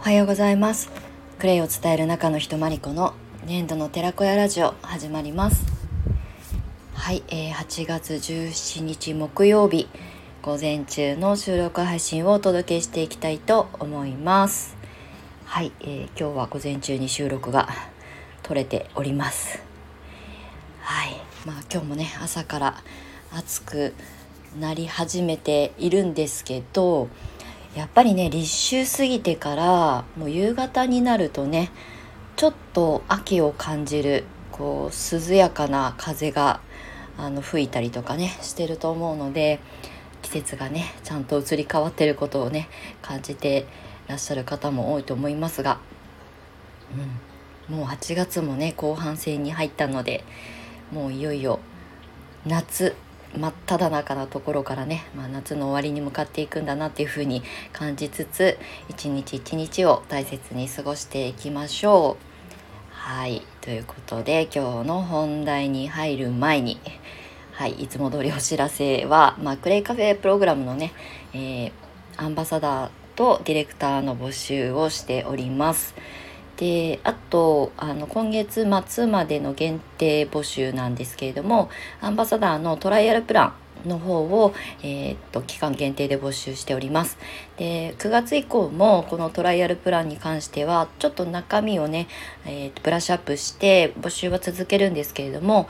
おはようございます。クレイを伝える中の人まりこの年度の寺子屋ラジオ始まります。はい、8月17日木曜日午前中の収録配信をお届けしていきたいと思います。はい、今日は午前中に収録が撮れております。はい、今日もね朝から暑くなり始めているんですけど、やっぱりね立秋過ぎてからもう夕方になるとねちょっと秋を感じる涼やかな風が吹いたりとかねしてると思うので、季節がねちゃんと移り変わってることをね感じてらっしゃる方も多いと思いますが、もう8月もね後半戦に入ったので、もういよいよ夏真っ只中なところからね、夏の終わりに向かっていくんだなっていう風に感じつつ、一日一日を大切に過ごしていきましょう。はい、ということで今日の本題に入る前に、いつも通りお知らせは、クレイカフェプログラムのね、アンバサダーとディレクターの募集をしております。で、あと今月末までの限定募集なんですけれども、アンバサダーのトライアルプランの方を、期間限定で募集しております。で、9月以降もこのトライアルプランに関してはちょっと中身をね、ブラッシュアップして募集は続けるんですけれども、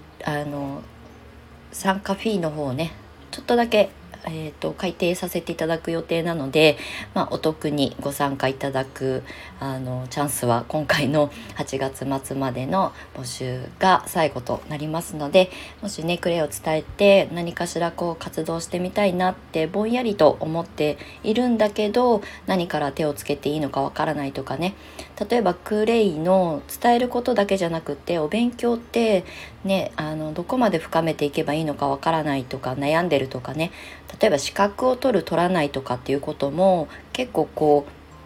参加フィーの方をねちょっとだけ改定させていただく予定なので、お得にご参加いただくチャンスは今回の8月末までの募集が最後となりますので、もしねクレイを伝えて何かしら活動してみたいなってぼんやりと思っているんだけど、何から手をつけていいのかわからないとかね、例えばクレイの伝えることだけじゃなくてお勉強ってねどこまで深めていけばいいのかわからないとか悩んでるとかね、例えば資格を取る取らないとかっていうことも結構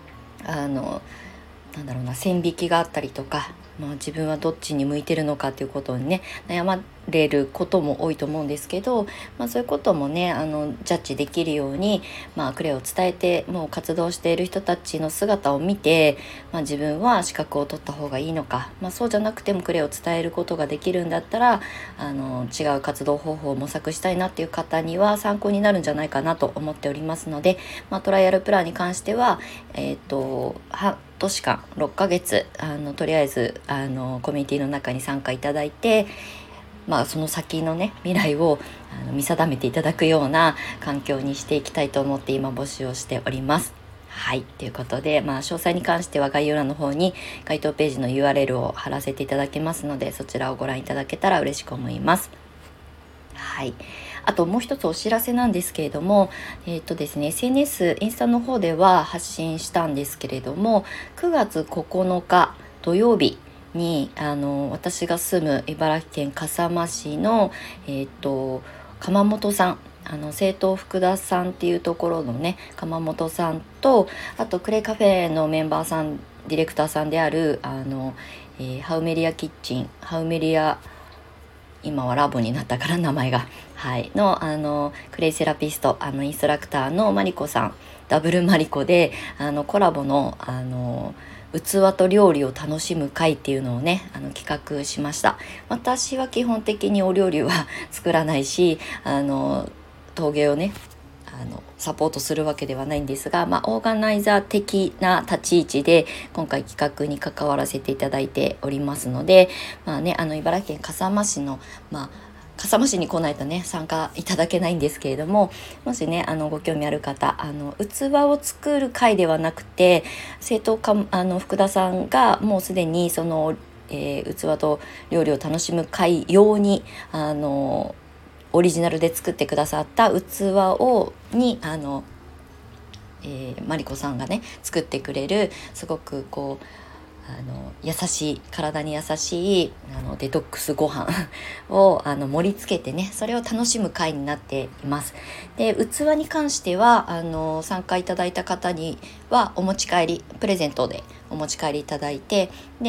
線引きがあったりとか、自分はどっちに向いてるのかっていうことにね悩まれることも多いと思うんですけど、そういうこともねジャッジできるように、クレイを伝えてもう活動している人たちの姿を見て、自分は資格を取った方がいいのか、そうじゃなくてもクレイを伝えることができるんだったら違う活動方法を模索したいなっていう方には参考になるんじゃないかなと思っておりますので、トライアルプランに関しては半年間6ヶ月とりあえずコミュニティの中に参加いただいて、その先のね未来を見定めていただくような環境にしていきたいと思って今募集をしております。はい、ということで、詳細に関しては概要欄の方に該当ページの URL を貼らせていただけますので、そちらをご覧いただけたら嬉しく思います。はい、あともう一つお知らせなんですけれども、ですね、SNS インスタの方では発信したんですけれども、9月9日土曜日に私が住む茨城県笠間市の、鎌本さん、政党福田さんっていうところのね鎌本さんと、あとクレイカフェのメンバーさんディレクターさんであるハウメリアキッチン、ハウメリア今はラボになったから名前がのクレイセラピストインストラクターのマリコさん、ダブルマリコでコラボの器と料理を楽しむ会っていうのをね企画しました。私は基本的にお料理は作らないし陶芸をねサポートするわけではないんですが、オーガナイザー的な立ち位置で今回企画に関わらせていただいておりますので、茨城県笠間市の笠間市に来ないとね参加いただけないんですけれども、もしねご興味ある方器を作る会ではなくて、福田さんがもうすでにその、器と料理を楽しむ会用にオリジナルで作ってくださった器にマリコさんがね作ってくれるすごく優しい、体に優しいデトックスご飯を盛り付けてねそれを楽しむ会になっています。で、器に関しては参加いただいた方にはお持ち帰りプレゼントでお持ち帰りいただいて、で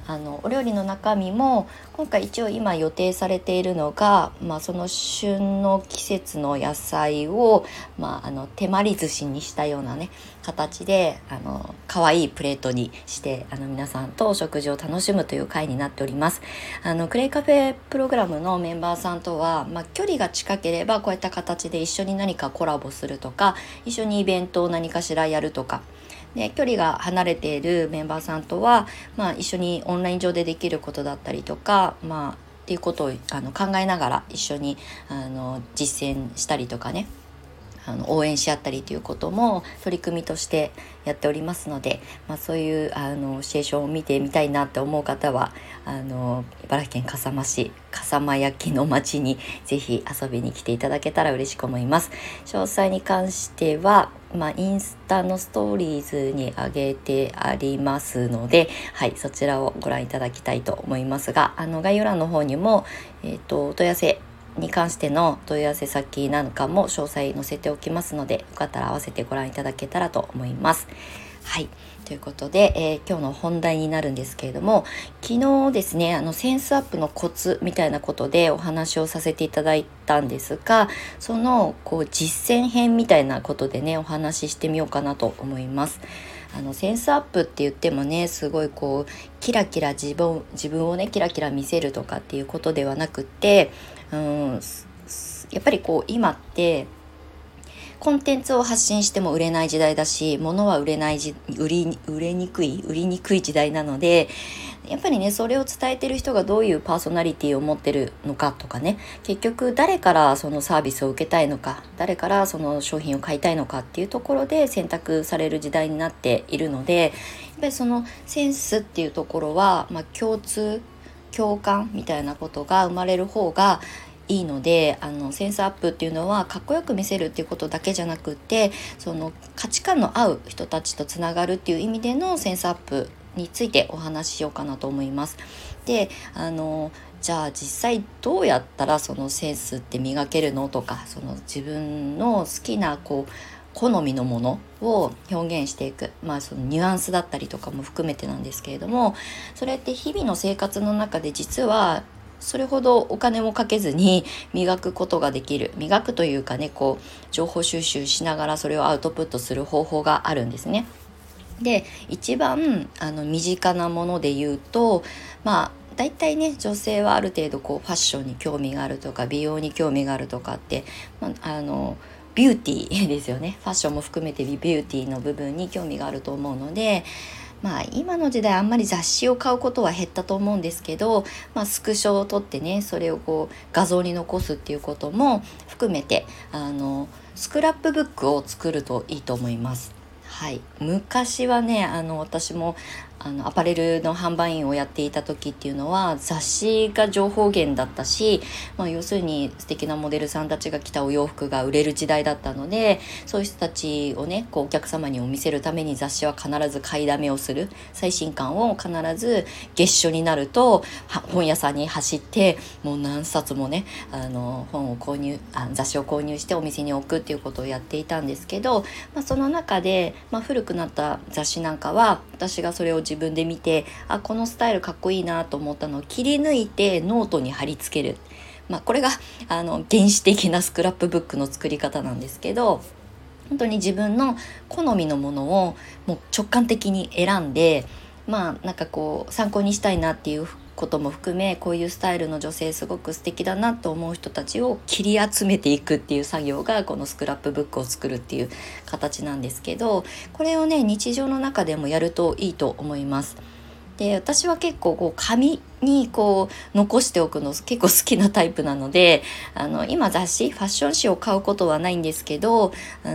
お料理の中身も今回一応今予定されているのが、その旬の季節の野菜を、手まり寿司にしたようなね形で可愛いプレートにして皆さんとお食事を楽しむという会になっております。クレイカフェプログラムのメンバーさんとは、距離が近ければこういった形で一緒に何かコラボするとか、一緒にイベントを何かしらやるとかで、距離が離れているメンバーさんとは、一緒にオンライン上でできることだったりとか、っていうことを考えながら一緒に実践したりとかね、応援し合ったりということも取り組みとしてやっておりますので、そういうシチュエーションを見てみたいなって思う方は茨城県笠間市笠間焼の町にぜひ遊びに来ていただけたら嬉しく思います。詳細に関しては、インスタのストーリーズに上げてありますので、そちらをご覧いただきたいと思いますが、概要欄の方にも、お問い合わせに関しての問い合わせ先なんかも詳細載せておきますので、よかったら合わせてご覧いただけたらと思います。ということで、今日の本題になるんですけれども、昨日ですねセンスアップのコツみたいなことでお話をさせていただいたんですが、その実践編みたいなことでねお話ししてみようかなと思います。センスアップって言ってもね、すごいキラキラ自分をねキラキラ見せるとかっていうことではなくて、やっぱり今ってコンテンツを発信しても売れない時代だし、物は売りにくい時代なので、やっぱりねそれを伝えてる人がどういうパーソナリティを持ってるのかとかね、結局誰からそのサービスを受けたいのか、誰からその商品を買いたいのかっていうところで選択される時代になっているので、やっぱりそのセンスっていうところは、共感みたいなことが生まれる方がいいので、センスアップっていうのはかっこよく見せるっていうことだけじゃなくて、その価値観の合う人たちとつながるっていう意味でのセンスアップについてお話ししようかなと思います。で、じゃあ実際どうやったらそのセンスって磨けるのとか、その自分の好きな好みのものを表現していく、そのニュアンスだったりとかも含めてなんですけれども、それって日々の生活の中で実はそれほどお金もかけずに磨くことができる、磨くというかね情報収集しながらそれをアウトプットする方法があるんですね。で、一番身近なもので言うと、だいたいね女性はある程度ファッションに興味があるとか美容に興味があるとかって、ビューティーですよね。ファッションも含めてビューティーの部分に興味があると思うので、今の時代あんまり雑誌を買うことは減ったと思うんですけど、スクショを撮ってねそれを画像に残すっていうことも含めてスクラップブックを作るといいと思います。昔はね私もアパレルの販売員をやっていた時っていうのは雑誌が情報源だったし、要するに素敵なモデルさんたちが着たお洋服が売れる時代だったので、そういう人たちをねお客様に見せるために雑誌は必ず買いだめをする、最新刊を必ず月初になると本屋さんに走ってもう何冊もね雑誌を購入してお店に置くっていうことをやっていたんですけど、その中で、古くなった雑誌なんかは私がそれを自分で見てこのスタイルかっこいいなと思ったのを切り抜いてノートに貼り付ける、これが原始的なスクラップブックの作り方なんですけど、本当に自分の好みのものをもう直感的に選んで、参考にしたいなっていうことも含め、こういうスタイルの女性すごく素敵だなと思う人たちを切り集めていくっていう作業がこのスクラップブックを作るっていう形なんですけど、これをね日常の中でもやるといいと思います。で、私は結構紙に残しておくの結構好きなタイプなので、今雑誌ファッション誌を買うことはないんですけど、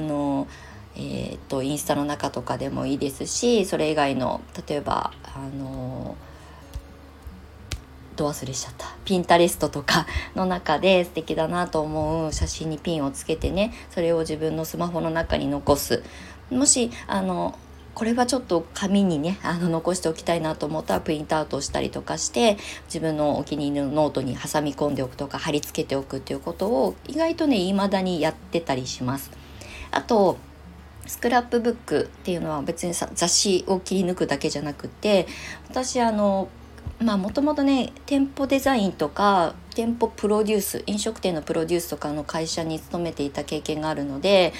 インスタの中とかでもいいですし、それ以外の例えばど忘れしちゃったピンタレストとかの中で素敵だなと思う写真にピンをつけてね、それを自分のスマホの中に残す。もしこれはちょっと紙にね残しておきたいなと思ったらプリントアウトしたりとかして自分のお気に入りのノートに挟み込んでおくとか貼り付けておくっていうことを意外とね未だにやってたりします。あとスクラップブックっていうのは別に雑誌を切り抜くだけじゃなくて、私もともとね店舗デザインとか店舗プロデュース、飲食店のプロデュースとかの会社に勤めていた経験があるので、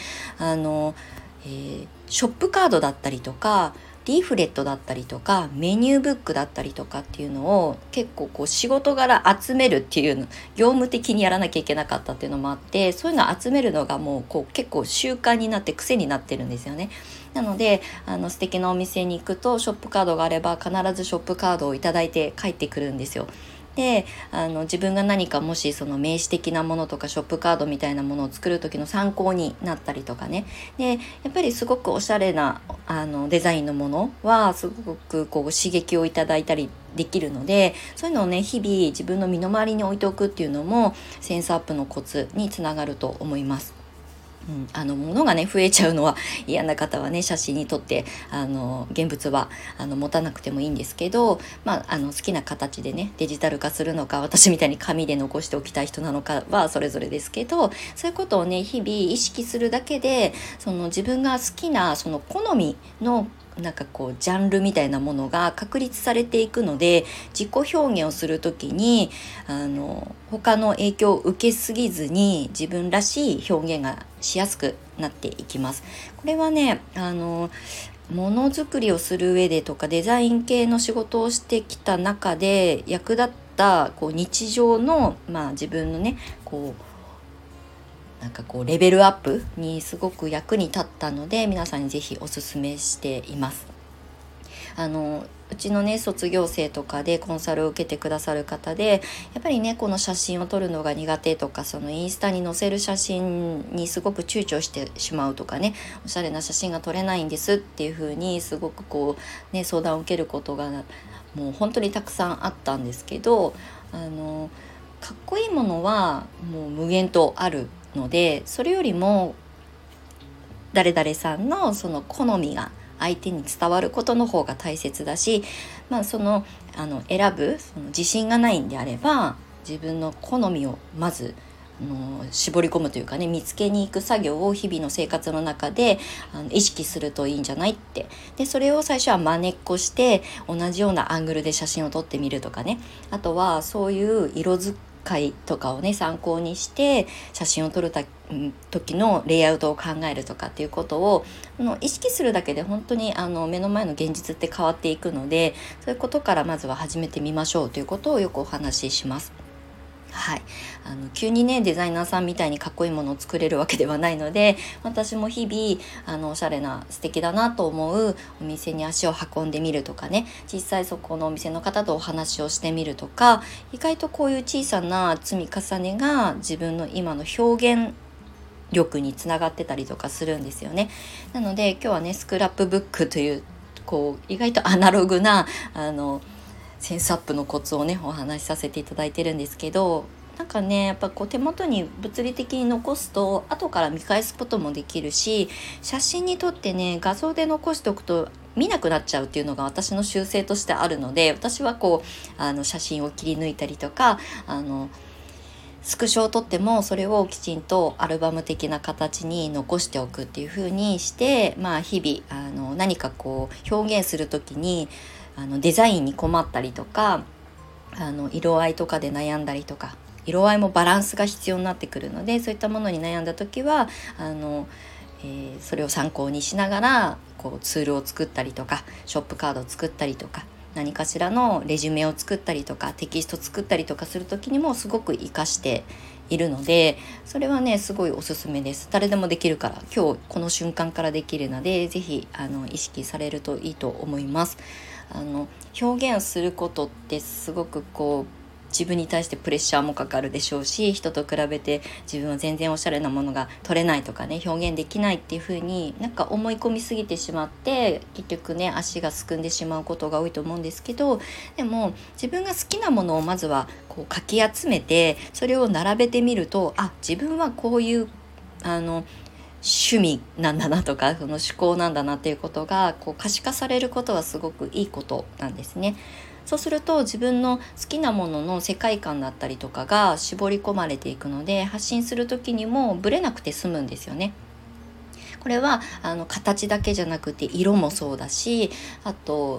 ショップカードだったりとかリーフレットだったりとかメニューブックだったりとかっていうのを結構こう仕事柄集めるっていうの、業務的にやらなきゃいけなかったっていうのもあって、そういうのを集めるのがもうこう結構習慣になって癖になってるんですよね。なので素敵なお店に行くとショップカードがあれば必ずショップカードをいただいて帰ってくるんですよ。で自分が何かもしその名刺的なものとかショップカードみたいなものを作る時の参考になったりとかね。でやっぱりすごくおしゃれなデザインのものはすごくこう刺激をいただいたりできるので、そういうのをね日々自分の身の回りに置いておくっていうのもセンスアップのコツにつながると思います。物がね増えちゃうのは嫌な方はね写真に撮って現物は持たなくてもいいんですけど、好きな形でねデジタル化するのか、私みたいに紙で残しておきたい人なのかはそれぞれですけど、そういうことをね日々意識するだけでその自分が好きなその好みのなんかこうジャンルみたいなものが確立されていくので、自己表現をするときに他の影響を受けすぎずに自分らしい表現がしやすくなっていきます。これはねものづくりをする上でとかデザイン系の仕事をしてきた中で役立ったこう日常の、自分のねこうなんかこうレベルアップにすごく役に立ったので、皆さんにぜひおすすめしています。うちのね卒業生とかでコンサルを受けてくださる方で、やっぱりねこの写真を撮るのが苦手とか、そのインスタに載せる写真にすごく躊躇してしまうとかね、おしゃれな写真が撮れないんですっていう風にすごくこうね相談を受けることがもう本当にたくさんあったんですけど、かっこいいものはもう無限とあるので、それよりも誰々さんのその好みが相手に伝わることの方が大切だし、選ぶその自信がないんであれば自分の好みをまず絞り込むというかね、見つけに行く作業を日々の生活の中で意識するといいんじゃないって。でそれを最初は真似っこして同じようなアングルで写真を撮ってみるとかね、あとはそういう色使いとかをね参考にして写真を撮る時のレイアウトを考えるとかっていうことを意識するだけで本当に目の前の現実って変わっていくので、そういうことからまずは始めてみましょうということをよくお話しします。はい、急にねデザイナーさんみたいにかっこいいものを作れるわけではないので、私も日々おしゃれな素敵だなと思うお店に足を運んでみるとかね、実際そこのお店の方とお話をしてみるとか、意外とこういう小さな積み重ねが自分の今の表現力につながってたりとかするんですよね。なので今日はねスクラップブックという意外とアナログなセンスアップのコツをねお話しさせていただいてるんですけど、なんかねやっぱ手元に物理的に残すと後から見返すこともできるし、写真に撮ってね画像で残しておくと見なくなっちゃうっていうのが私の習性としてあるので、私は写真を切り抜いたりとかスクショを撮ってもそれをきちんとアルバム的な形に残しておくっていう風にして、日々何か表現する時にデザインに困ったりとか色合いとかで悩んだりとか、色合いもバランスが必要になってくるので、そういったものに悩んだ時はそれを参考にしながらツールを作ったりとかショップカードを作ったりとか何かしらのレジュメを作ったりとかテキスト作ったりとかする時にもすごく活かしているので、それはねすごいおすすめです。誰でもできるから、今日この瞬間からできるのでぜひ意識されるといいと思います。表現することってすごく自分に対してプレッシャーもかかるでしょうし、人と比べて自分は全然おしゃれなものが撮れないとかね表現できないっていう風に思い込みすぎてしまって結局ね足がすくんでしまうことが多いと思うんですけど、でも自分が好きなものをまずはかき集めてそれを並べてみると、自分はこういう趣味なんだなとかその思考なんだなっていうことが可視化されることはすごくいいことなんですね。そうすると自分の好きなものの世界観だったりとかが絞り込まれていくので、発信する時にもブレなくて済むんですよね。これは形だけじゃなくて色もそうだし、あと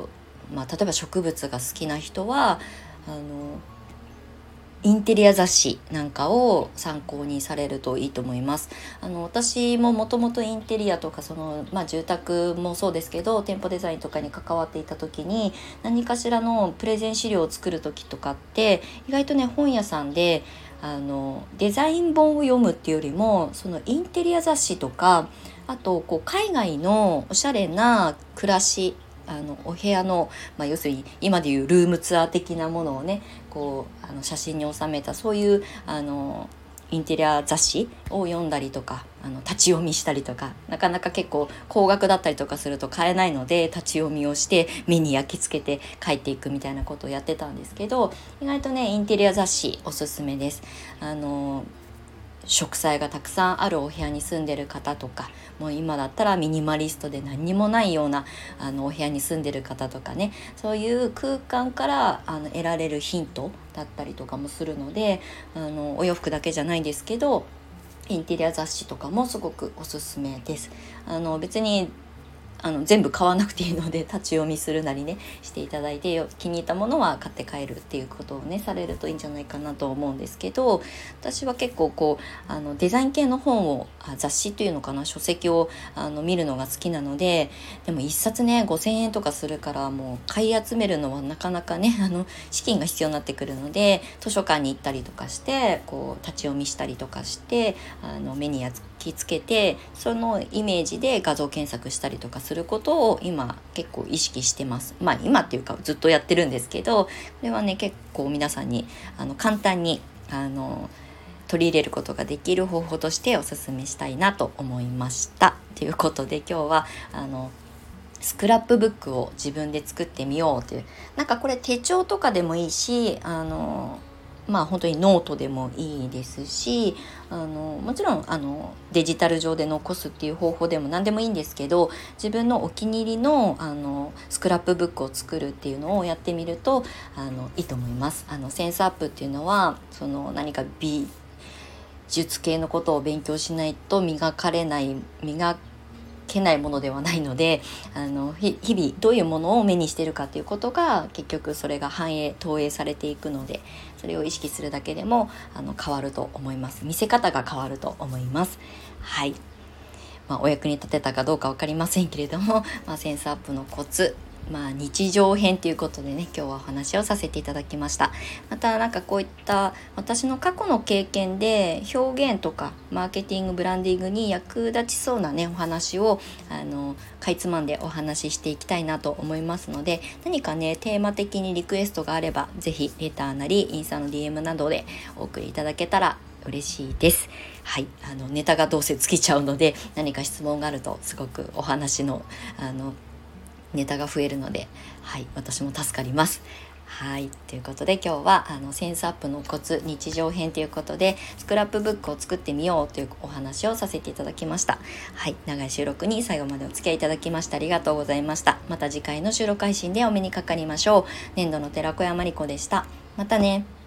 例えば植物が好きな人はインテリア雑誌なんかを参考にされるといいと思います。私ももともとインテリアとか住宅もそうですけど店舗デザインとかに関わっていた時に、何かしらのプレゼン資料を作る時とかって意外とね、本屋さんでデザイン本を読むっていうよりも、そのインテリア雑誌とか、あと海外のおしゃれな暮らし、お部屋の、要するに今でいうルームツアー的なものをね、写真に収めたそういうインテリア雑誌を読んだりとか、立ち読みしたりとか、なかなか結構高額だったりとかすると買えないので、立ち読みをして目に焼き付けて帰っていくみたいなことをやってたんですけど、意外とねインテリア雑誌おすすめです。植栽がたくさんあるお部屋に住んでる方とか、もう今だったらミニマリストで何にもないようなお部屋に住んでる方とかね、そういう空間から得られるヒントだったりとかもするので、お洋服だけじゃないんですけど、インテリア雑誌とかもすごくおすすめです。別に全部買わなくていいので、立ち読みするなりねしていただいて、気に入ったものは買って帰るっていうことをねされるといいんじゃないかなと思うんですけど、私は結構デザイン系の本を雑誌というのかな、書籍を見るのが好きなので、でも一冊ね5000円とかするから、もう買い集めるのはなかなかね資金が必要になってくるので、図書館に行ったりとかして立ち読みしたりとかして、目に焼き付けて、そのイメージで画像検索したりとかすることを今結構意識してます。今っていうかずっとやってるんですけど、これはね結構皆さんに簡単に取り入れることができる方法としてお勧めしたいなと思いました。ということで今日はスクラップブックを自分で作ってみようという、なんかこれ手帳とかでもいいし、本当にノートでもいいですし、もちろんデジタル上で残すっていう方法でも何でもいいんですけど、自分のお気に入りのスクラップブックを作るっていうのをやってみるといいと思います。センスアップっていうのは何か美術系のことを勉強しないと磨けないものではないので、日々どういうものを目にしているかということが結局それが投影されていくので、それを意識するだけでも変わると思います。見せ方が変わると思います。はい、お役に立てたかどうか分かりませんけれども、センスアップのコツ、日常編ということでね、今日はお話をさせていただきました。またなんかこういった私の過去の経験で表現とかマーケティングブランディングに役立ちそうなねお話をかいつまんでお話ししていきたいなと思いますので、何かねテーマ的にリクエストがあればぜひレターなりインスタの DM などでお送りいただけたら嬉しいです。はい、ネタがどうせ尽きちゃうので、何か質問があるとすごくお話のネタが増えるので、はい、私も助かります。はい、ということで今日はセンスアップのコツ日常編ということでスクラップブックを作ってみようというお話をさせていただきました。はい、長い収録に最後までお付き合いいただきましてありがとうございました。また次回の収録配信でお目にかかりましょう。年度の寺子屋まりこでした。またね。